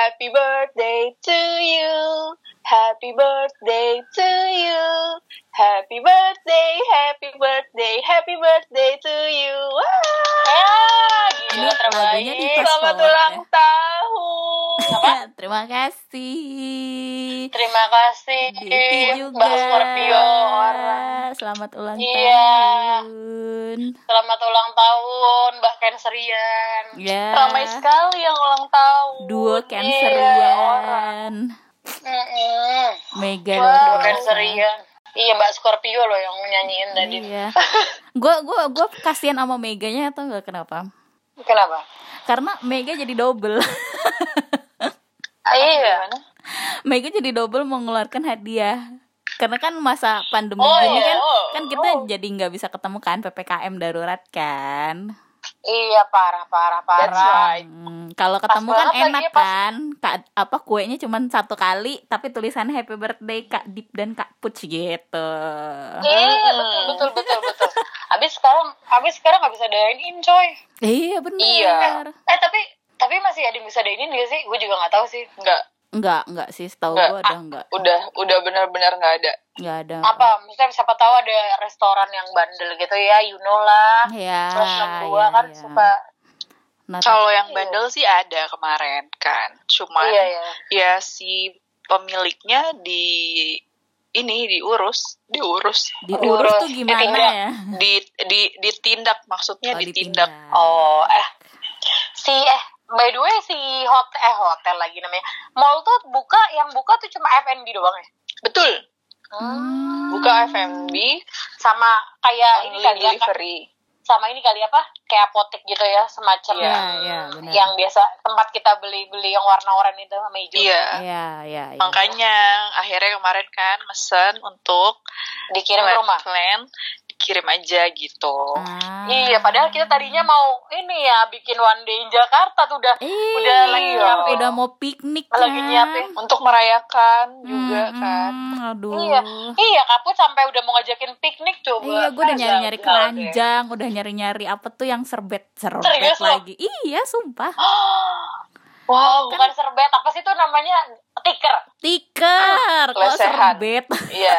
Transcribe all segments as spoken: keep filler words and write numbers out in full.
Happy birthday to you. Happy birthday to you. Happy birthday, happy birthday, happy birthday to you. Wah. Ah, Ini gila terbaik. lagunya di fast Selamat forward ulang ya. tahun. Terima kasih. Terima kasih Diti juga. Mbak Scorpio orang. Selamat ulang Iya. tahun. Selamat ulang tahun Mbak Cancerian. Ya. Ramai sekali yang ulang tahun. Duo Iya, Cancerian. Mm-mm. Mega Wow, luar Mbak biasa. Cancerian. Iya Mbak Scorpio loh yang nyanyiin tadi. Iya. Gue gua gua kasihan sama Meganya atau enggak kenapa? Kenapa? Karena Mega jadi double. Ah, iya. Mega jadi double mengeluarkan hadiah. Karena kan masa pandemi Oh, gini iya. kan, Oh, kan kita oh. jadi nggak bisa ketemu kan, P P K M darurat kan. Iya parah parah That's parah. right. Hmm, kalau ketemu kan banget lagi enak ya, pas- kan, Kak, apa kuenya cuma satu kali, tapi tulisannya Happy Birthday Kak Dip dan Kak Puc gitu. Iya betul betul betul betul. Abis sekarang abis sekarang nggak bisa dine in coy. Iya benar. Iya. Eh tapi tapi masih ada yang bisa dine in nggak sih? Gue juga nggak tahu sih. Enggak, Enggak, enggak sih, setahu Enggak. gue udah enggak. udah udah benar-benar nggak ada. Enggak ada. Apa? Misalnya siapa tahu ada restoran yang bandel gitu ya, you know lah. Ya, Plus enam dua ya, kan ya. suka. Nah, Kalau yang bandel sih ada kemarin kan, cuman Iya ya. ya si pemiliknya di ini diurus, diurus, diurus tuh diurus, gimana ditindak. ya? di di ditindak maksudnya Oh, ditindak. Oh, eh si eh by the way si hotel eh hotel lagi namanya. Mall tuh buka yang buka tuh cuma F and B doang ya. Betul, Hmm. buka F and B, Sama kayak ini only kali ya, delivery. sama ini kali apa? Kayak apotek gitu ya, semacam Iya, iya, benar. yang biasa tempat kita beli-beli yang warna oranye itu sama hijau. Iya, Iya, iya, iya. makanya akhirnya kemarin kan mesen untuk Dikirim ke rumah. plan dikirim aja gitu. Ah. Iya, padahal kita tadinya mau ini ya bikin one day in Jakarta tuh udah Iya, udah lagi nyiapin. udah mau piknik Lagi kan. nyiapin. Untuk merayakan juga Hmm, kan. aduh. Iya, iya Kaput sampai udah mau ngajakin piknik coba. Iya, gue udah Ah, nyari-nyari gagal deh. keranjang, udah nyari-nyari apa tuh yang serbet serbet Serius lo? lagi. Iya, sumpah. Wow, bukan serbet, apa sih itu namanya? Tiker. Tiker, kok lesehan. serbet. Iya,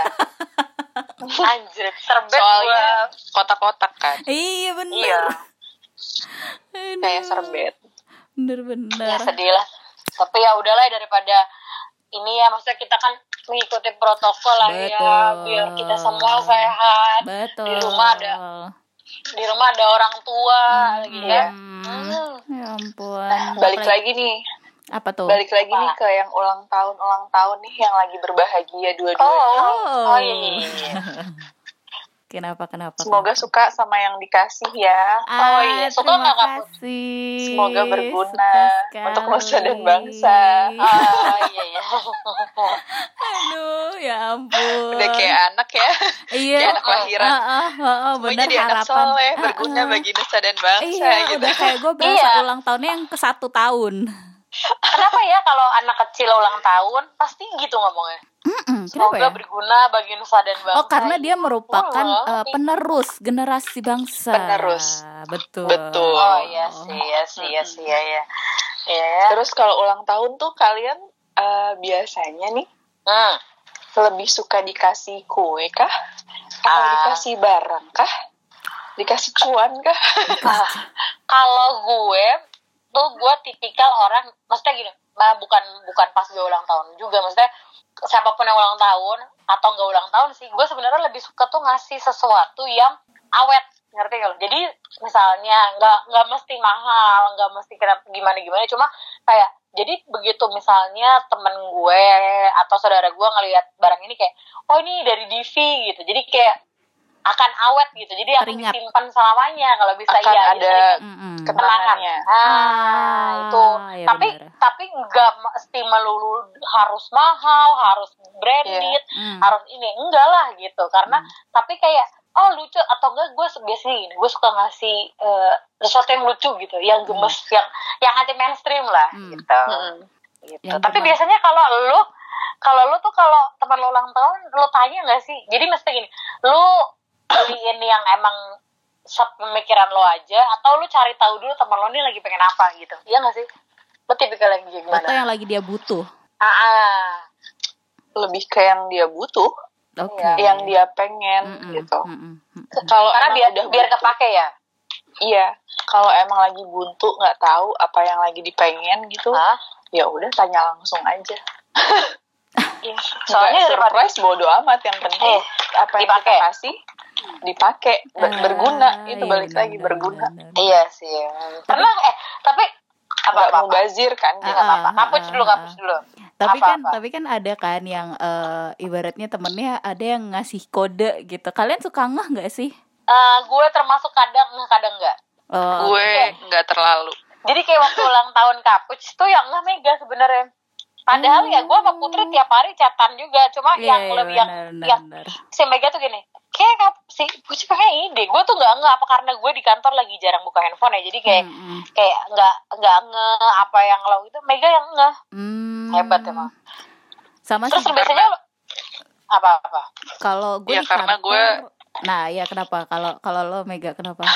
Anjir, serbet soalnya kotak-kotak kan, Iya, gua. bener. Iya, Aduh, kayak serbet. ya Bener-bener. sedih lah. Tapi ya udahlah daripada ini ya, maksudnya kita kan mengikuti protokol lah ya, Betul. biar kita semua sehat. Betul. Di rumah ada Di rumah ada orang tua lagi kan. Hmm. Ya ampun. Balik Apalagi- lagi nih, Apa tuh? balik lagi Apa? nih ke yang ulang tahun ulang tahun nih yang lagi berbahagia Oh, dua-duanya. oh, oh iya, iya, iya. Kenapa, kenapa? Semoga kenapa? suka sama yang dikasih ya. Oh, iya. Ah, Suka terima nggak, Kak? kasih. Semoga berguna Suka untuk nusa dan sekali. bangsa. Oh iya iya. Aduh, ya ampun. Udah kayak anak ya, iya. kayak anak lahiran. Ah, ah, ah, ah, Mau bener, jadi anak harapan. soleh, Ah, berguna ah. bagi nusa dan bangsa Iya, gitu. udah kayak gue berasa Iya. ulang tahunnya yang ke satu tahun. Kenapa ya kalau anak kecil ulang tahun pasti gitu ngomongnya? Mm-mm, Semoga kenapa ya? berguna bagi nusa dan bangsa. Oh, karena dia merupakan Oh, eh, penerus generasi bangsa. Penerus. Betul. Betul. Oh iya sih, iya sih, iya sih, iya ya. Iya. Terus kalau ulang tahun tuh kalian eh, biasanya nih Hmm. lebih suka dikasih kue kah? Atau Ah. dikasih barang kah? Dikasih cuan kah? Ah, kalau gue tuh gue tipikal orang, maksudnya gini, nah, bukan bukan pas gue ulang tahun juga, maksudnya siapapun yang ulang tahun atau nggak ulang tahun sih, gue sebenarnya lebih suka tuh ngasih sesuatu yang awet, ngerti gak lo? Jadi misalnya nggak nggak mesti mahal, nggak mesti kena gimana gimana, cuma kayak jadi begitu misalnya temen gue atau saudara gue ngelihat barang ini kayak, oh ini dari D V gitu, jadi kayak akan awet gitu, jadi akan Teringat. disimpan selamanya kalau bisa. Akan ya, ada jadi Mm-mm. kenangannya. Ah, Ah, itu. iya tapi benar. tapi nggak mesti melulu harus mahal, harus branded, Hmm. harus ini enggak lah gitu. Karena tapi kayak oh lucu atau enggak, gue biasanya gini, gue suka ngasih eh, sesuatu yang lucu gitu, yang gemes, yang yang anti mainstream lah Hmm. gitu. Mm-mm. Gitu. Yang Tapi gimana? biasanya kalau lu kalau lu tuh kalau teman lu ulang tahun, lu tanya nggak sih? Jadi mesti gini, lu beliin yang emang sepemikiran lo aja, atau lu cari tahu dulu teman lo ini lagi pengen apa gitu, iya nggak sih? Lo tipikal yang gimana? Atau yang lagi dia butuh? Ah, ah. Lebih ke yang dia butuh, Oke. yang dia pengen Mm-mm, gitu. mm-mm, mm-mm. Kalau Karena emang biar udah biar buntu, kepake ya. iya. Kalau emang lagi buntu nggak tahu apa yang lagi dipengen gitu, Hah? ya udah tanya langsung aja. Iya. Soalnya Nggak daripada surprise bodo amat, yang penting Eh, apa yang dipakai. kita kasih dipakai, ber- Ah, berguna. Itu iya, balik benar, lagi benar, berguna. benar, benar. iya sih. Pernah eh tapi apa Nggak apa? mau bazir kan? Ah, Jadi ah, apa? ah, Kampus ah, dulu, ah. kampus dulu. Tapi Apa, kan apa? tapi kan ada kan yang eh, ibaratnya temennya ada yang ngasih kode gitu. Kalian suka ngeh nggak sih? Eh, gue termasuk kadang kadang enggak. Oh, gue nggak terlalu. Jadi kayak waktu ulang tahun kampus tuh yang nggak mega sebenarnya. Padahal ya gue sama Putri tiap hari chatan juga. Cuma iya, yang iya, lebih yang benar, benar, yang benar. si Mega tuh gini. Kayak kap- si Putri pakai ide. Gue tuh nggak nggak apa karena gue di kantor lagi jarang buka handphone ya. Jadi kayak Hmm, hmm. kayak nggak nggak nge apa yang lo itu Mega yang nge Hmm. hebat emang. Sama Terus sih biasanya lo apa apa? kalau gue Ya, di karena kantor. gue- Nah, ya kenapa? Kalau kalau lo Mega kenapa?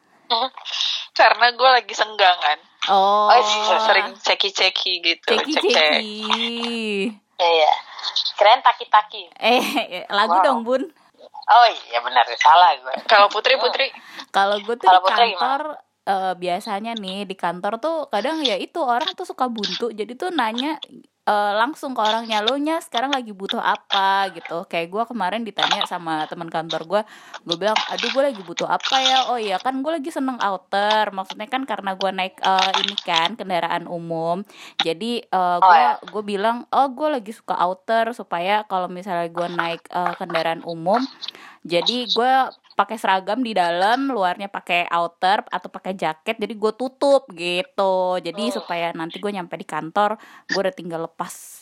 Karena gue lagi senggang kan. Oh, Sering ceki-ceki gitu. Cek-cek. ceki-ceki. Iya. Keren taki-taki. Eh, lagu Wow. dong, Bun. Oh iya benar salah gue. Kalau Putri-Putri Kalau gue tuh Kalau di Putri kantor eh, biasanya nih di kantor tuh kadang ya itu orang tuh suka buntu, jadi tuh nanya eh, langsung ke orangnya, lo nya sekarang lagi butuh apa gitu. Kayak gue kemarin ditanya sama teman kantor gue, gue bilang, aduh gue lagi butuh apa ya? Oh iya kan gue lagi seneng outer, maksudnya kan karena gue naik eh, ini kan kendaraan umum, jadi eh, Oh, gue ya. gue bilang, oh gue lagi suka outer supaya kalau misalnya gue naik eh, kendaraan umum, jadi gue pakai seragam di dalam, luarnya pakai outer atau pakai jaket, jadi gue tutup gitu. Jadi Hmm. supaya nanti gue nyampe di kantor, gue udah tinggal lepas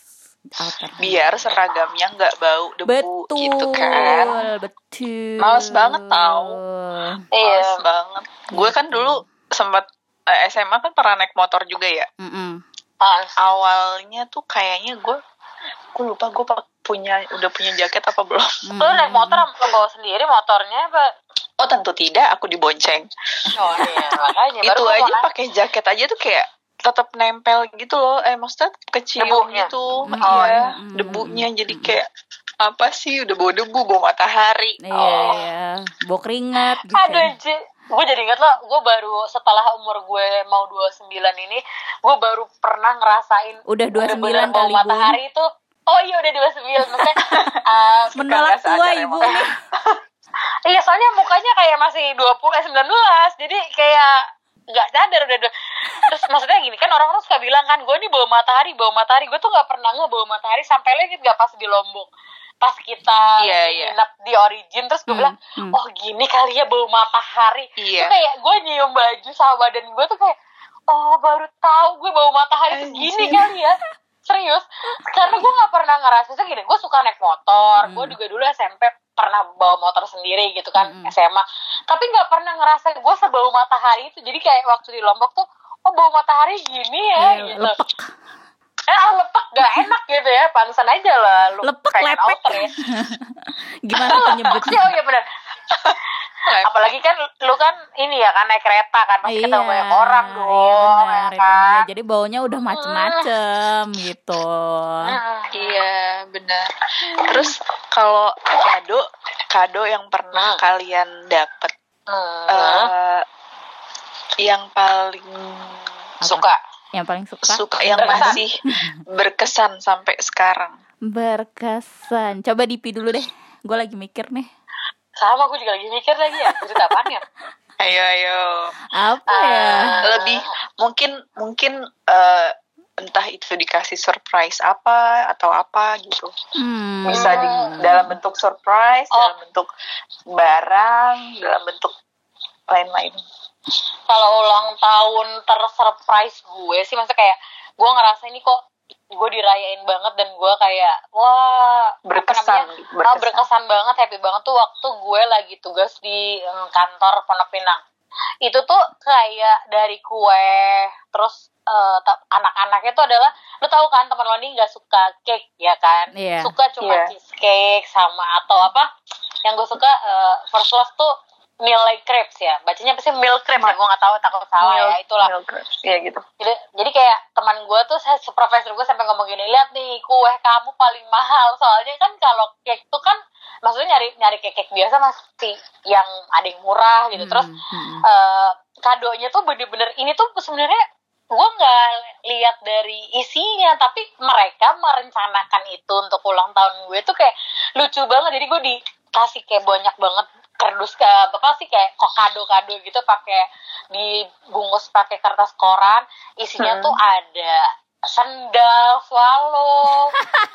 outer. biar seragamnya nggak bau debu Betul, gitu kan. betul. Males banget tau. Iya. Males banget. Gue kan dulu sempat eh, S M A kan pernah naik motor juga ya. Mm-mm. Ah, Awalnya tuh kayaknya gue gue lupa gue pak- punya udah punya jaket apa belum. Lo naik motor lo bawa sendiri motornya apa? Oh tentu tidak, aku dibonceng. Oh iya makanya baru Itu gua aja mau nanya. pakai jaket aja tuh kayak tetap nempel gitu loh. Eh maksudnya kecium Debunya. gitu. Mm, Iya, iya. Mm, debunya mm, jadi mm. kayak apa sih, udah bawa debu, bawa matahari. Iya, Oh. iya. Bau keringat gitu. Aduh Ci, gue jadi inget lo, gue baru setelah umur gue mau dua puluh sembilan ini, gue baru pernah ngerasain Udah dua puluh sembilan bener-bener bau kali, Bun. matahari itu. Oh iya udah dua puluh sembilan maksudnya. uh, Menolak Suka nggak tua sadar ibu emang. nih. Iya soalnya mukanya kayak masih dua puluh, eh sembilan belas, jadi kayak nggak sadar udah dua. Terus maksudnya gini kan orang-orang suka bilang kan gue nih bawa matahari, bawa matahari. Gue tuh nggak pernah nggak bawa matahari sampai lo inget nggak pas di Lombok, pas kita Iya, iya. nginep di Origin terus gue Hmm, bilang, hmm. oh gini kali ya bawa matahari. Iya. Tuh kayak gue nyium baju sama badan gue tuh kayak, oh baru tahu gue bawa matahari tuh gini Anjir. kali ya. Serius, karena gue nggak pernah ngerasa gini. Gue suka naik motor, gue Hmm. juga dulu S M P pernah bawa motor sendiri gitu kan, Hmm. S M A. Tapi nggak pernah ngerasa gue sebau matahari itu. Jadi kayak waktu di Lombok tuh, oh bau matahari gini ya Iya, gitu. lepek. Eh ah, lepek gak enak gitu ya, pantesan aja lah lu Lepek, pengen lepek. outer ya. Gimana penyebutnya? Oh iya benar. Apalagi kan lu kan ini ya kan naik kereta kan pasti Iya, ketemu banyak orang dong. iya benar, ya itu kan? dia. Jadi baunya udah macem-macem gitu. Mm. Iya benar. Terus kalau kado kado yang pernah Hmm. kalian dapet, Hmm. eh, yang paling Suka. Yang paling suka? suka yang Berkesan. masih berkesan sampai sekarang. Berkesan. Coba Dipi dulu deh. Gue lagi mikir nih. Sama gue juga lagi mikir lagi ya, cerita apaan ya? Ayo ayo. Apa ya? Ah. Lebih mungkin mungkin eh, entah itu dikasih surprise apa atau apa gitu. Hmm. Bisa di dalam bentuk surprise, Oh. dalam bentuk barang, dalam bentuk lain-lain. Kalau ulang tahun tersurprise gue sih, maksudnya kayak gue ngerasa ini kok gue dirayain banget dan gue kayak wah apa Berkesan, namanya? berkesan. Ah, berkesan banget, happy banget tuh waktu gue lagi tugas di em, kantor Pondok Pinang. Itu tuh kayak dari kue, terus eh, ta- anak-anaknya tuh adalah, lu tahu kan teman lo nih nggak suka cake ya kan, Iya. suka cuma Iya. cheesecake sama atau apa yang gue suka eh, first love tuh Milk crepes ya, bacanya pasti milk crepes ya, gue nggak tahu, takut salah ya, itulah. Milk crepes, ya gitu. Jadi, jadi kayak teman gue tuh, profesor gue sampai ngomong gini, lihat nih kue kamu paling mahal, soalnya kan kalau cake tuh kan, maksudnya nyari nyari cake cake biasa masih yang ada yang murah gitu, terus Hmm. uh, kadonya tuh bener-bener ini tuh sebenarnya gue nggak lihat dari isinya, tapi mereka merencanakan itu untuk ulang tahun gue tuh kayak lucu banget. Jadi gue dikasih kayak banyak banget kardus ke apa sih kayak kok kado-kado gitu, pakai dibungkus pakai kertas koran, isinya Hmm. tuh ada sendal swallow,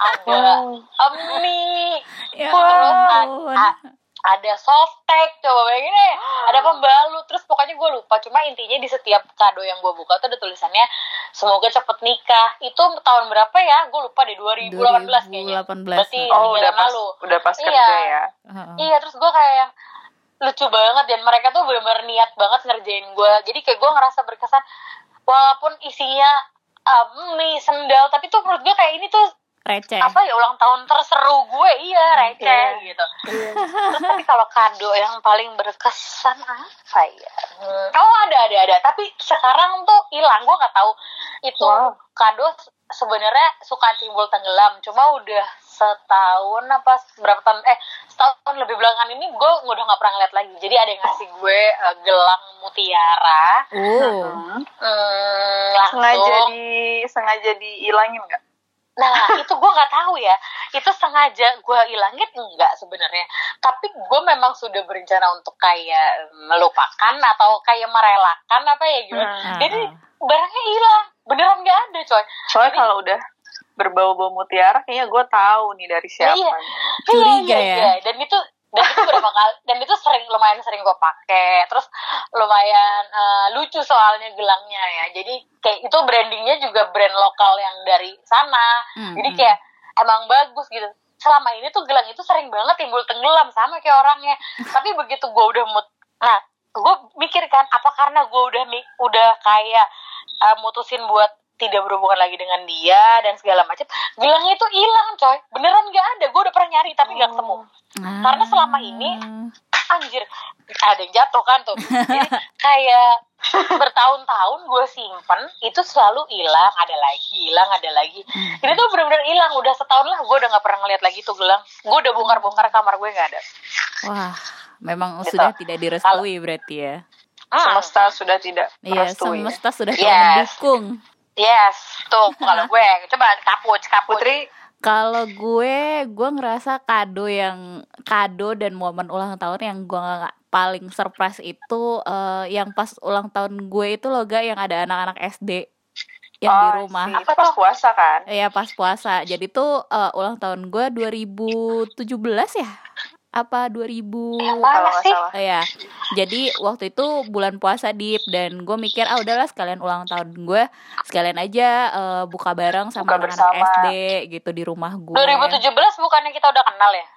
ada Oh. mie, Ya terus a- ampun. a- ada softtek, coba bayangin deh, ada pembalut, terus pokoknya gue lupa, cuma intinya di setiap kado yang gue buka tuh ada tulisannya semoga cepet nikah. Itu tahun berapa ya, gue lupa deh, dua ribu delapan belas kayaknya, dua ribu delapan belas. berarti Oh, tiga udah tahun pas, lalu. udah pas Iya. kerja ya. Heeh. Iya, terus gue kayak yang lucu banget, dan mereka tuh benar-benar niat banget ngerjain gue. Jadi kayak gue ngerasa berkesan, walaupun isinya um, mie, sendal, tapi tuh menurut gue kayak ini tuh Receh. apa ya, ulang tahun terseru gue, iya receh Iya. gitu. Terus tapi kalau kado yang paling berkesan apa ya? Hmm, oh ada ada ada, tapi sekarang tuh hilang, gue nggak tahu itu Wow. kado sebenarnya suka timbul tenggelam, cuma udah setahun apa berapa tahun eh setahun lebih belakangan ini gue udah nggak pernah ngeliat lagi. Jadi ada yang ngasih gue uh, gelang mutiara, Oh. Hmm. hmm, langsung. Sengaja di sengaja dihilangin nggak? Nah itu gue nggak tahu ya, itu sengaja gue ilangin enggak sebenarnya, tapi gue memang sudah berencana untuk kayak melupakan atau kayak merelakan apa ya gimana. Hmm. Jadi barangnya hilang, beneran nggak ada coy. Soalnya Jadi- kalau udah berbau-bau mutiara, kayaknya gue tahu nih dari siapa. Iya. Curiga Iya, iya, ya? iya. Dan itu dan itu berapa kali, dan itu sering, lumayan sering gue pakai, terus lumayan eh, lucu soalnya gelangnya ya. Jadi kayak itu brandingnya juga brand lokal yang dari sana. Hmm, Jadi hmm. kayak emang bagus gitu. Selama ini tuh gelang itu sering banget timbul tenggelam sama kayak orangnya. Tapi begitu gue udah mut, nah gue mikir kan, apa karena gue udah mi- udah kayak eh, mutusin buat tidak berhubungan lagi dengan dia dan segala macam, gelangnya itu hilang coy, beneran nggak ada. Gue udah pernah nyari tapi nggak ketemu. Ah. Karena selama ini anjir ada yang jatuh kan tuh. Jadi kayak bertahun-tahun gue simpen itu selalu hilang, ada lagi hilang, ada lagi. Hmm. Ini tuh bener-bener hilang, udah setahun lah gue udah nggak pernah ngeliat lagi tuh gelang. Gue udah bongkar-bongkar kamar gue nggak ada. Wah, memang Gitu. sudah tidak direstui berarti ya. Hmm. Semesta sudah tidak Iya, merestui. semesta sudah tidak Yes. mendukung. Yes, tuh kalau gue coba kapuc kapuc. Putri, Kalau gue, gue ngerasa kado yang kado dan momen ulang tahun yang gue nggak paling surprise itu eh, yang pas ulang tahun gue itu loh gak, yang ada anak-anak S D yang di oh, rumah. sih, itu pas puasa kan? Ya pas puasa. Jadi tuh eh, ulang tahun gue dua ribu tujuh belas ya? Apa dua ribu? Yang Kalau mana nggak sih? salah. Ya, jadi waktu itu bulan puasa Dip, dan gue mikir ah udahlah sekalian ulang tahun gue, sekalian aja eh, buka bareng sama Buka anak-anak bersama. S D gitu di rumah gue. dua ribu tujuh belas bukannya kita udah kenal ya?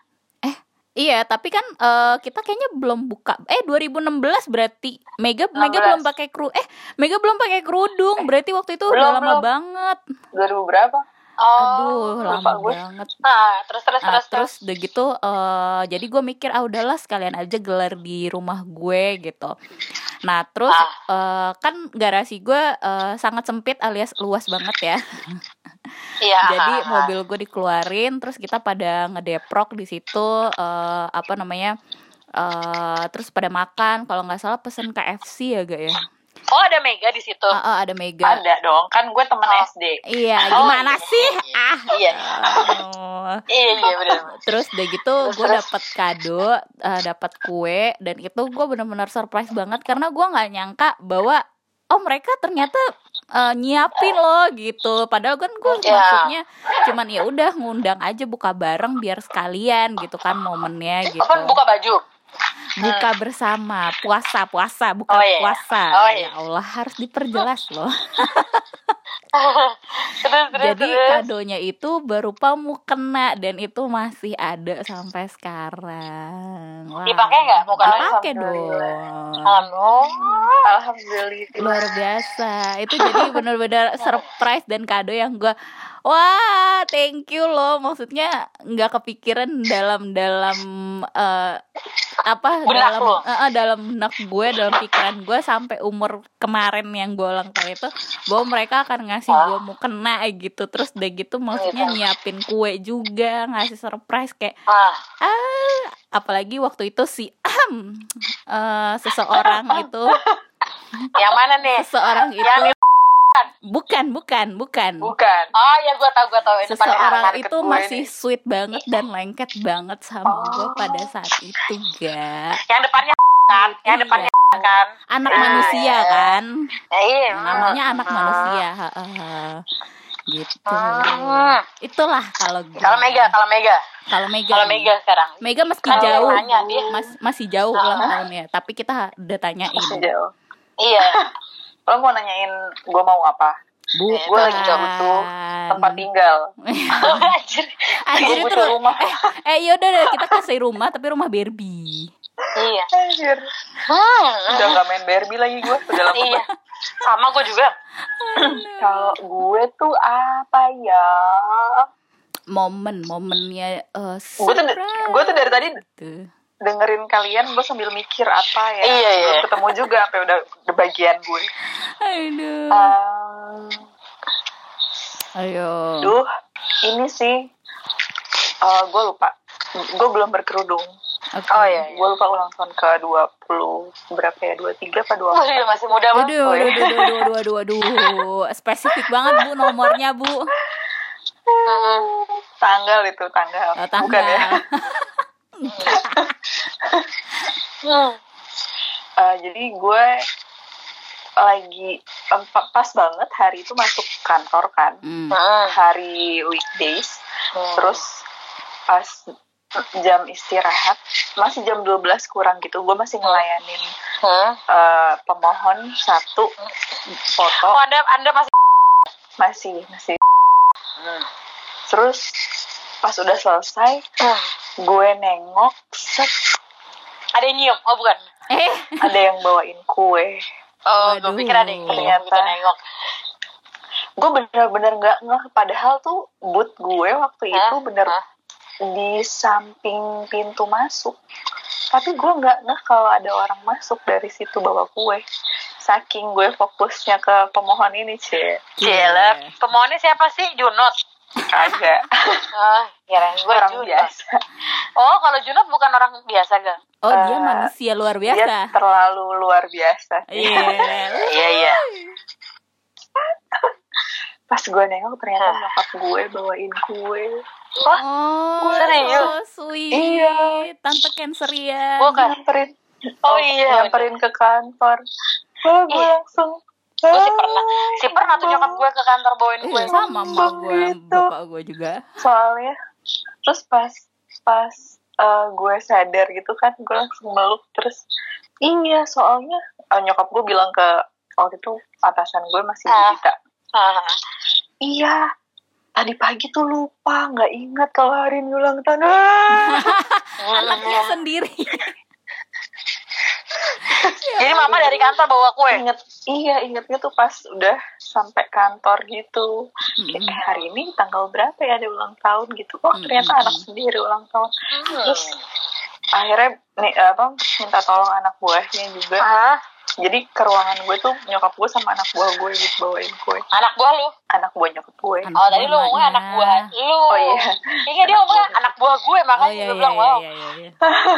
Iya, tapi kan eh, kita kayaknya belum buka. Eh dua ribu enam belas berarti Mega Mega enam belas. belum pakai kru. Eh Mega belum pakai kerudung. Berarti waktu itu belum, udah lama belum. banget. dua ribu berapa? Oh, Aduh, lupa lama gue. banget. nah terus terus Ah, terus terus udah gitu eh jadi gue mikir ah udahlah sekalian aja gelar di rumah gue gitu. Nah terus eh, kan garasi gue eh, sangat sempit alias luas banget ya. Iya. Jadi mobil gue dikeluarin, terus kita pada ngedeprok di situ eh, apa namanya eh terus pada makan, kalau nggak salah pesen K F C ya gak ya? Oh ada Mega di situ. Ah, ah, ada Mega. Ada dong, kan gue temen Oh. S D. Iya, Oh, gimana iya, sih? iya, Ah. Iya. Oh. Iya iya benar. Terus udah gitu Terus, gue terus. dapet kado, eh, dapet kue, dan itu gue benar-benar surprise banget karena gue nggak nyangka bahwa oh mereka ternyata eh, nyiapin loh gitu. Padahal kan gue Iya. maksudnya cuman ya udah ngundang aja buka bareng biar sekalian gitu kan momennya gitu. Apa buka baju? Buka bersama, puasa puasa buka Oh, iya. puasa. Oh, iya. Ya Allah harus diperjelas loh. terus terus Jadi terus. kadonya itu berupa mukena dan itu masih ada sampai sekarang. Wah. Dipakai nggak mukena? Dipakai Alhamdulillah. dong. Alhamdulillah. Alhamdulillah. Luar biasa. Itu jadi benar-benar surprise dan kado yang gue Wah, thank you loh. Maksudnya nggak kepikiran dalam dalam eh, apa Benak dalam lo. eh, eh, dalam benak gue, dalam pikiran gue sampai umur kemarin yang gue ulang tahun itu bahwa mereka akan ngasih gue mau kena gitu. Terus udah gitu maksudnya nyiapin kue juga, ngasih surprise kayak Ah, ah, apalagi waktu itu si eh, seseorang itu yang mana nih? seseorang itu Yang bukan bukan bukan Bukan. Oh ya gue tahu gue tahu itu pakai seseorang harga itu gue masih nih. sweet banget dan lengket banget sama gue pada saat itu ga yang depannya kan, yang Iya. depannya kan. anak Iya. manusia kan Ya, iya. namanya anak Hmm. manusia heeh. Gitu Hmm. itulah kalau gue Kalau Mega, kalau Mega, kalau Mega kalau nih. Mega sekarang. Mega meski Kan dia jauh nanya, dia. mas- masih jauh ulang tahunnya tapi kita udah tanyain Sejauh. Iya. Lo mau nanyain gue mau apa? bukan Gue lagi butuh tempat tinggal. Anjir. Anjir Gue itu butuh loh. rumah. eh yaudah deh kita kasih rumah tapi rumah Barbie. Iya. Anjir. Hmm. Udah gak main Barbie lagi gue. Udah lama Iya. Sama gue juga. Kalau gue tuh apa ya? momen momennya uh, Gue tuh gue tuh dari tadi tuh. dengerin kalian, gue sambil mikir apa ya. Iya, iya. Belum ketemu juga sampai udah udah bagian gue. Aduh. Um, Ayo. Duh, ini sih uh, gue lupa. Gue belum berkerudung. Oke. Oh iya. Gue lupa ulang tahun ke dua puluh berapa ya? dua puluh tiga apa dua Oh puluh empat? iya masih muda banget. Aduh, Oh, iya. aduh, aduh, aduh, aduh, aduh, aduh. Spesifik banget Bu nomornya Bu. Hmm. Tanggal itu, tanggal. Oh, tanggal. Bukan ya? Hmm. Uh, jadi gue lagi um, pa- pas banget hari itu masuk kantor kan. Hmm. Hmm. Hari weekdays. Hmm. Terus pas jam istirahat masih jam dua belas kurang gitu, gue masih ngelayanin Hmm. uh, pemohon satu foto. Oh anda anda masih. Masih masih Hmm. terus pas udah selesai gue nengok, set, Ada yang nyium? Oh bukan. Eh, ada yang bawain kue. Oh Waduh. gue pikir ada yang nyium. Ternyata. Kita nengok. Gue bener-bener nggak ngeh, padahal tuh booth gue waktu Hah? itu bener Hah? di samping pintu masuk, tapi gue nggak ngeh kalau ada orang masuk dari situ bawa kue, saking gue fokusnya ke pemohon ini. Cie Gila. Pemohonnya siapa sih? Junot. kagak. Ah, kirain gue Orang Junot. biasa. Oh, kalau Junot bukan orang biasa gak? oh dia Eh, manusia luar Dia biasa. terlalu luar biasa. Iya. Iya iya. Pas gue nengok ternyata nyokap gue bawain kue. Oh, Serius? so sweet. Iya. Tante cancerian. Bukan. Nyamperin, Oh iya. nyamperin ke kantor. Wah, gue Iya. langsung. Gue sih pernah. Si pernah tuh nyokap gue ke kantor bawain kue. Iya, sama sama gue, Gitu. bapak gue juga. Soalnya terus pas pas uh, gue sadar gitu kan, gue langsung meluk. Terus iya, soalnya uh, nyokap gue bilang ke waktu itu atasan gue masih Ah. Budita, Ah. iya tadi pagi tuh lupa, nggak ingat kalau hari ini ulang tahun. Ah. Anaknya sendiri. Jadi mama dari kantor bawa kue. Ingat, iya ingetnya tuh pas udah sampai kantor gitu. Kayak, Mm-mm. eh, hari ini tanggal berapa ya ada ulang tahun gitu. Oh ternyata Mm-mm. anak sendiri ulang tahun. Hmm. Terus akhirnya nih apa minta tolong anak buahnya juga. Ah, Jadi ke ruangan gue tuh nyokap gue sama anak buah gue gitu bawain kue. anak buah lu. Anak buah nyokap gue. Anak Oh tadi lu buahnya. ngomongnya anak buah lu. Oh iya. Iya dia ngomongnya anak buah gue Oh makanya iya gue iya bilang iya wow. iya iya. iya.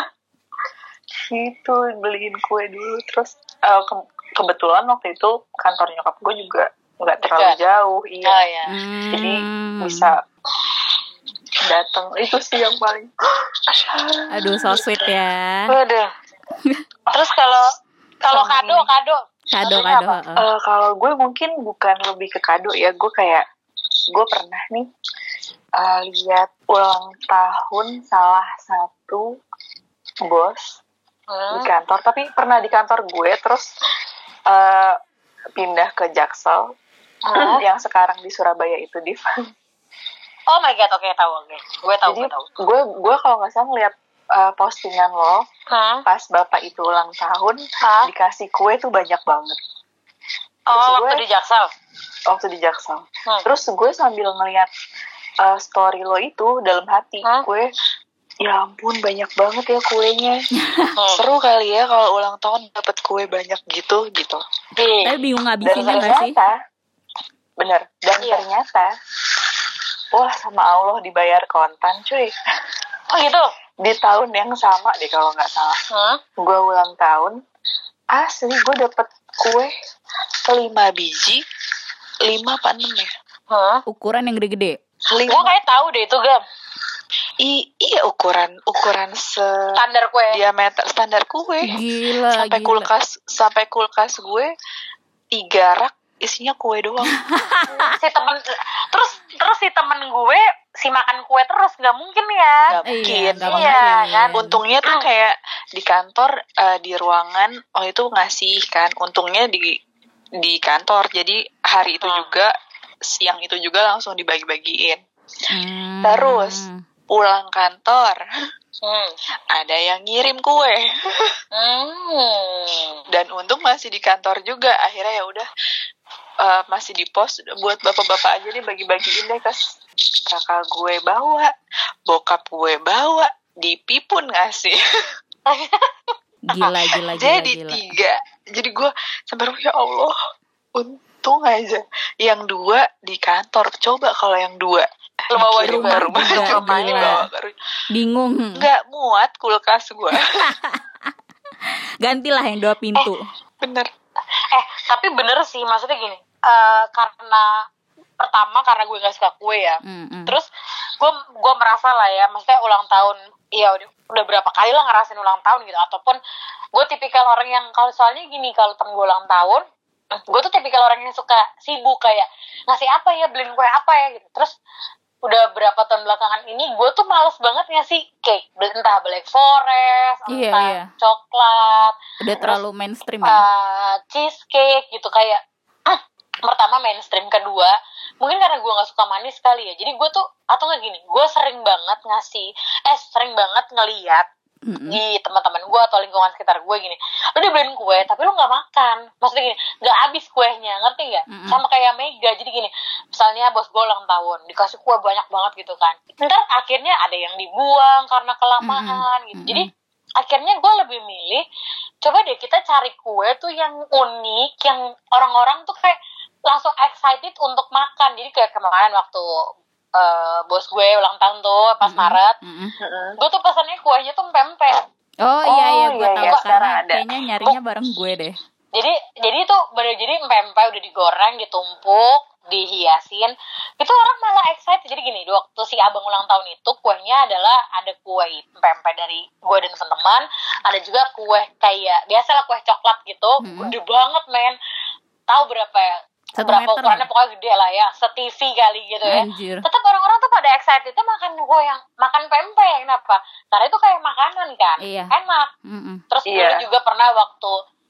Gitu beliin kue dulu. Terus eh, ke- kebetulan waktu itu kantor nyokap gue juga nggak terlalu Dekat. jauh. Iya. Oh iya. Jadi Hmm. bisa datang. Itu sih yang paling. Aduh, so sweet ya. Waduh. Terus kalau kalau Sama kado ini. kado Kado Kadonya kado. apa? heeh. Eh, kalau gue mungkin bukan lebih ke kado ya, gue kayak gue pernah nih eh, lihat ulang tahun salah satu bos di Hmm. kantor, tapi pernah di kantor gue terus eh, pindah ke Jaksel Hmm. yang sekarang di Surabaya itu, Div. Oh my god, oke tahu oke. Gue tahu Jadi gue tahu. gue gue kalau nggak salah ngeliat eh, postingan lo Hah? pas bapak itu ulang tahun Hah? dikasih kue tuh banyak banget. Terus Oh, gue waktu di Jaksel. waktu di Jaksel. Hmm. Terus gue sambil ngeliat uh, story lo itu dalam hati Hmm? gue, ya ampun banyak banget ya kuenya. Hmm. Seru kali ya kalau ulang tahun dapat kue banyak gitu gitu. Ih. Tapi bingung Dan ngabisinnya nggak sih? ternyata, bener. Dan Iya. ternyata, wah sama Allah dibayar kontan cuy. Oh gitu. Di tahun yang sama deh kalau nggak salah. Hmm? Gue ulang tahun, asli gue dapet kue lima biji, lima apa enam ya? Hmm? Ukuran yang gede-gede. Gue Lima. kayak tahu deh itu Gam. I, iya ukuran ukuran se Standar kue. diameter standar kue. Gila, sampai gila. kulkas sampai kulkas gue tiga rak isinya kue doang. Si temen terus terus si temen gue si makan kue terus nggak mungkin ya. Nggak Iya, mungkin. nggak Iya, mungkin. kan? Untungnya tuh kayak di kantor eh, di ruangan oh itu ngasih kan. Untungnya di di kantor. Jadi hari itu Hmm. juga siang itu juga langsung dibagi-bagiin. Hmm. Terus pulang kantor Hmm. ada yang ngirim kue. Hmm. Dan untung masih di kantor juga. Akhirnya ya udah eh, masih di pos buat bapak-bapak aja deh bagi-bagiin deh kas. Kakak gue bawa, bokap gue bawa, dipipun ngasih. Gila, gila, gila, Jadi gila. tiga. Jadi gue sampai ya Allah, untung aja. Yang dua di kantor. Coba kalau yang dua Lu bawa dikirim juga. ke rumah, Juga, rumahnya gila. bawa ke rumah. Bingung. Nggak muat kulkas gue. Gantilah yang dua pintu. Bener. Eh tapi bener sih maksudnya gini. eh karena pertama karena gue gak suka kue ya. Hmm, hmm. Terus gue gue merasa lah ya, maksudnya ulang tahun, ya udah, udah berapa kali lah ngerasain ulang tahun gitu. Ataupun gue tipikal orang yang kalau soalnya gini, kalau temen gue ulang tahun, gue tuh tipikal orang yang suka sibuk kayak ngasih apa ya, beliin kue apa ya gitu. Terus udah berapa tahun belakangan ini gue tuh males banget ngasih cake, entah Black Forest, Iya, entah iya. coklat, Udah terlalu mainstream ya. uh, cheesecake gitu kayak ah, pertama mainstream, kedua mungkin karena gue nggak suka manis kali ya, jadi gue tuh atau nggak gini, gue sering banget ngasih eh sering banget ngeliat Mm-mm. di teman-teman gue atau lingkungan sekitar gue gini, lu dibeliin kue tapi lu nggak makan, maksudnya gini nggak habis kuenya, ngerti nggak? Mm-mm. Sama kayak Mega, jadi gini misalnya bos gue ulang tahun dikasih kue banyak banget gitu kan, ntar akhirnya ada yang dibuang karena kelamaan gitu. Mm-mm. Jadi akhirnya gue lebih milih coba deh kita cari kue tuh yang unik, yang orang-orang tuh kayak langsung excited untuk makan. Jadi kayak kemarin waktu uh, bos gue ulang tahun tuh pas Mm-mm. Maret, Mm-mm. gue tuh pesannya kuenya tuh pempek. Oh, iya, iya, gue iya, tahu iya, karena sekarang ada. kayaknya nyarinya bareng gue deh. Jadi jadi itu bener, jadi pempek udah digoreng, ditumpuk, dihiasin. Itu orang malah excited. Jadi gini, waktu si abang ulang tahun itu kuenya adalah ada kue pempek dari gue dan teman-teman, ada juga kue kayak biasalah kue coklat gitu, Mm-mm. gede banget men. Tahu berapa ya? Satu Berapa meter. ukurannya, pokoknya gede lah ya, se-T V kali gitu ya. Anjir. Tetap orang-orang tuh pada excited tuh makan kue yang makan pempek. Kenapa? Karena itu kayak makanan kan, Iya. enak. Mm-mm. Terus Iya. dulu juga pernah waktu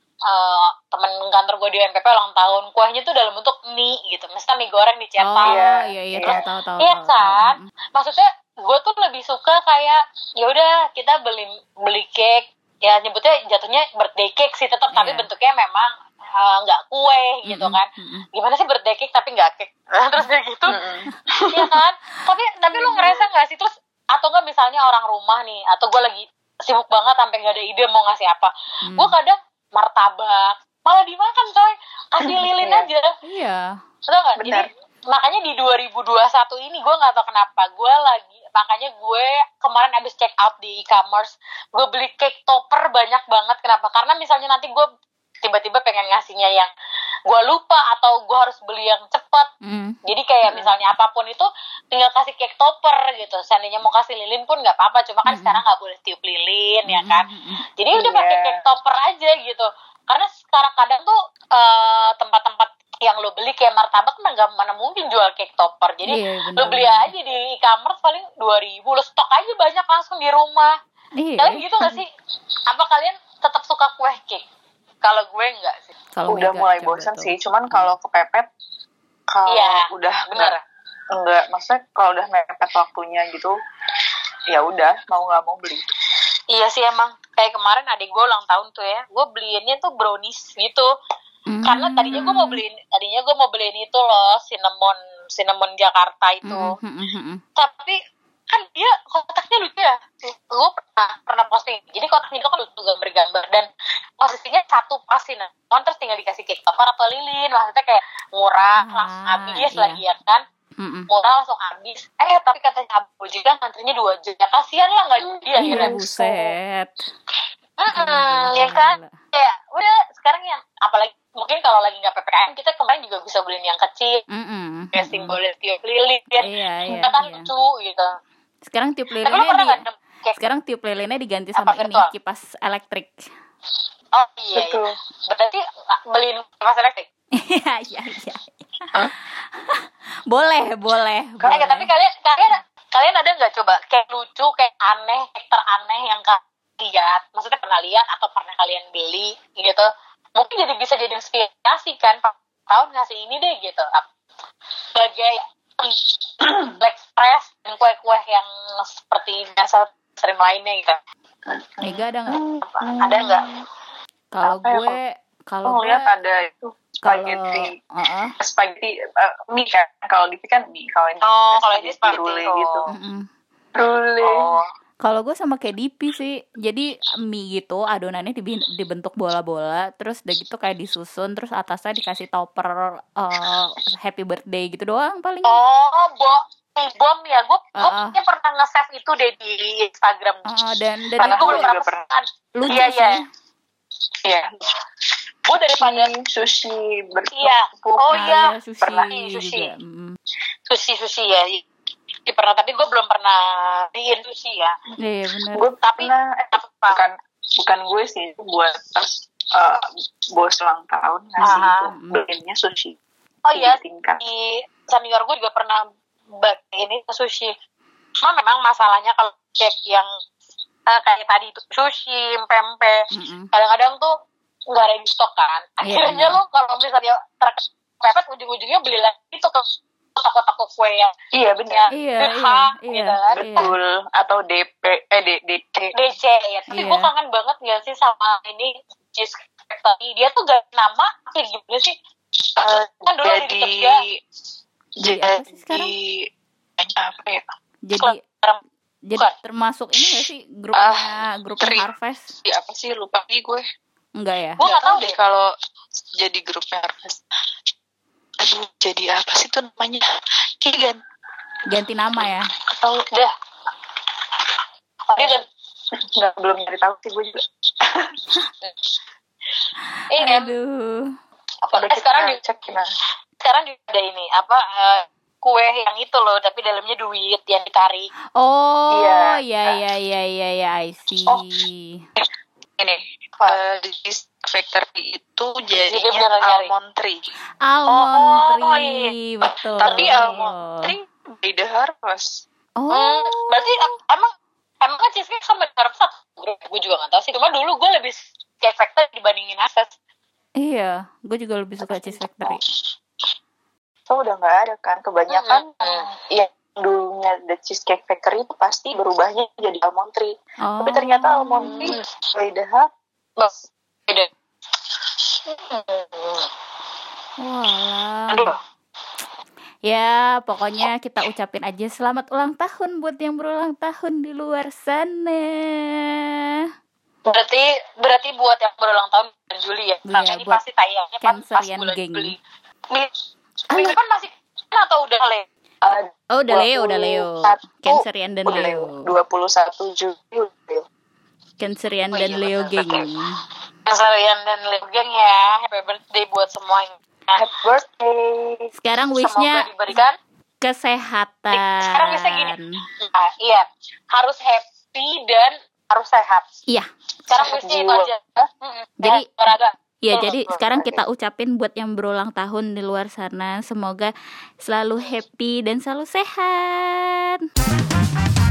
uh, temen kantor gue di N P P ulang tahun, kuahnya tuh dalam bentuk mie gitu, mesti mie goreng dicetak. Oh, Iya. iya, iya, Iya. tahu, tahu, tahu. Iya tahu, kan? tahu. Mm-mm. Maksudnya gue tuh lebih suka kayak ya udah kita beli beli cake, ya nyebutnya jatuhnya birthday cake sih tetap, tapi Iya. bentuknya memang uh, nggak kue gitu Mm-mm. kan. Mm-mm. Gimana sih birthday cake tapi nggak cake? Terus kayak gitu. Mm-mm. Iya kan? Tapi tapi lu ngerasa nggak sih, terus atau nggak misalnya orang rumah nih, atau gue lagi sibuk banget sampai nggak ada ide mau ngasih apa, Hmm. gue kadang martabak malah dimakan coy, kasih lilin Iya. aja, Iya. tau nggak? Jadi Benar. makanya di dua ribu dua puluh satu ini gue nggak tahu kenapa gue lagi, makanya gue kemarin abis check out di e-commerce, gue beli cake topper banyak banget. Kenapa? Karena misalnya nanti gue tiba-tiba pengen ngasihnya yang gue lupa atau gue harus beli yang cepet. Mm. Jadi kayak Hmm. misalnya apapun itu tinggal kasih cake topper gitu. Seandainya mau kasih lilin pun nggak apa-apa. Cuma kan Mm-mm. sekarang nggak boleh tiup lilin ya kan. Mm-mm. Jadi udah Iya. pakai cake topper aja gitu. Karena sekarang kadang tuh eh, tempat-tempat yang lo beli kayak martabak mah nggak mana mungkin jual cake topper. Jadi Iya, bener, lo beli bener. aja di e-commerce paling dua ribu, lo stok aja banyak langsung di rumah. Iya. Kalian gitu nggak sih? Apa kalian tetap suka kue cake? Kalau gue nggak sih. Kalau Udah Mega mulai coba bosan tuh. sih, cuman kalau kepepet, kalau Iya, udah bener. enggak, enggak, maksudnya kalau udah mepet waktunya gitu, ya udah mau nggak mau beli. Iya sih emang. Kayak kemarin adik gue ulang tahun tuh ya, gue beliinnya tuh brownies gitu. Hmm. Karena tadinya gue mau beliin, tadinya gue mau beliin itu loh, cinnamon, cinnamon Jakarta itu. Hmm, hmm, hmm, hmm. Tapi kan dia kotaknya lucu ya. Gue pernah pernah posting. Jadi kotaknya itu kan lucu, gambar-gambar, dan posisinya satu pas cinnamon, terus tinggal dikasih cake topper atau lilin. Maksudnya kayak murah, Ah, langsung habis iya. lagi ya kan. Hmm, hmm. Murah langsung habis. Eh tapi katanya Abu juga ngantrinya dua jam. Ya kasihan lah nggak jadi Iya, akhirnya. buset. Hmm, ya kan. Kayak udah sekarang yang apalagi mungkin kalau lagi nggak P P K M kita kemarin juga bisa beliin yang kecil. Mm-mm. Kayak simbolnya tiup lilin ya. Iya, iya, Kita kan iya. lucu gitu. Sekarang tiup Tapi lu lilinnya pernah di nggak nemu kayak sekarang tiup lilinnya diganti Apa sama ini virtual? kipas elektrik. oh iya, iya. Betul. Berarti ah, beliin kipas elektrik. Iya, iya, iya. Boleh, boleh, Eh, boleh. tapi kalian kalian kalian ada nggak coba kayak lucu, kayak aneh, karakter aneh yang kalian lihat, maksudnya pernah lihat atau pernah kalian beli gitu? Mungkin jadi bisa jadi inspirasi kan, Pak tahun ngasih ini deh gitu. Sebagai express dan kue-kue yang seperti biasa sering lainnya gitu. Mega ada nggak? Apa? Ada nggak? Kalau Apa ya, gue, kalau Aku gue, ngeliat ada itu kalau, spaghetti, uh-uh. spaghetti uh, mie kan. Kalau di kan mie, kalau ini Oh, kalau ini spaghetti spaghetti, roule oh. gitu. Mm-mm. Roule. Oh, Kalau gue sama kayak Dipi sih. Jadi mie gitu adonannya dibi- dibentuk bola-bola, terus udah gitu kayak disusun, terus atasnya dikasih topper uh, happy birthday gitu doang paling. oh, bom, eh, bom ya. Gue gue Uh-uh. kayaknya pernah nge-save itu deh di Instagram. Uh, dan dan Karena itu gue belum juga pernah pernah. pesan. lucu Iya, iya. sih. Iya. Gue daripada Sushi, sushi Iya. bertumpuk. Oh, Nah, iya. ya, sushi Pernah nih, sushi. juga. Mm. sushi sushi ya. Iya, pernah, tapi gue belum pernah bikin sushi ya. Iya, benar. Gue Tapi pernah, eh, apa? bukan bukan gue sih, itu buat pas uh, bos ulang tahun ngasih Aha. itu beliinnya sushi. Oh iya, Di tingkat. di senior gue juga pernah bak ini sushi. Cuma memang masalahnya kalau cake yang eh, kayak tadi itu sushi, pempek, Mm-mm. kadang-kadang tuh nggak ada di stok kan. Iya, Akhirnya benar. lo kalau misalnya terpepet ujung-ujungnya beli lagi itu ke toko-toko kue yang Iya benar. Iya, H, iya, gitu iya, kan. iya. Betul. Atau D P eh D D C. D C ya. Tapi Iya. gue kangen banget gak sih sama ini Cheese Factory. Dia tuh gak nama apa gimana sih? Uh, Kan dulu ada di jadi Jogja. Jadi apa sih sekarang? jadi apa ya? Jadi jadi Bukan. termasuk ini gak sih grupnya grupnya tri- Harvest? Di apa sih lupa nih gue. Enggak ya? Gue Nggak gak tahu deh. kalau jadi grupnya Harvest. Aduh, jadi apa sih tuh namanya? Kigan. Ganti nama ya? Tahu Udah. Dia kan nggak belum nyari tahu sih gue juga. ini kan Aduh. apa Udah eh, sekarang kita juga, cek gimana? sekarang juga ada ini apa eh, kue yang itu loh, tapi dalamnya duit yang ditarik. Oh, Iya. iya iya iya iya iya I see. Oh. Ini Apa? uh, di Factory itu Jadi jadinya beneran nyari. almond tree. Almond Oh, tree, betul. Tapi almond tree by the Harvest. Oh. Hmm, berarti em- emang emang kan cheesecake sama Harvest satu grup? Gue juga nggak tahu sih. Cuma dulu gue lebih Cake Factory dibandingin Harvest. Iya, gue juga lebih suka Cheese Factory. So udah nggak ada kan, kebanyakan Mm-mm. yang dulunya The Cheesecake Factory itu pasti berubahnya jadi almond tree. Oh. Tapi ternyata almond tree by the Harvest. Beda. Walah. Aduh. Ya, pokoknya kita ucapin aja selamat ulang tahun buat yang berulang tahun di luar sana. Berarti berarti buat yang berulang tahun bulan Juli ya. Nah, Iya, ini buat pasti tayangnya pas, pas Cancerian bulan Gang. Juli. Mi- Minggu depan masih atau udah le? Uh, Oh, udah Leo, udah Leo. Cancerian dan udah Leo. dua puluh satu Juli udah Leo. Cancerian Oh, dan iya, Leo benar, geng. benar. Cancerian dan Leo Gang ya. Happy birthday buat semuanya. Happy birthday. Sekarang Semoga wishnya diberikan. kesehatan. Sekarang wishnya gini. Ah, iya, harus happy dan harus sehat. Iya. Sekarang Sehat wishnya itu jiwa. aja. Mm-mm. Jadi- Sehat olahraga. Ya, Betul, jadi betul. sekarang kita ucapin buat yang berulang tahun di luar sana, semoga selalu happy dan selalu sehat.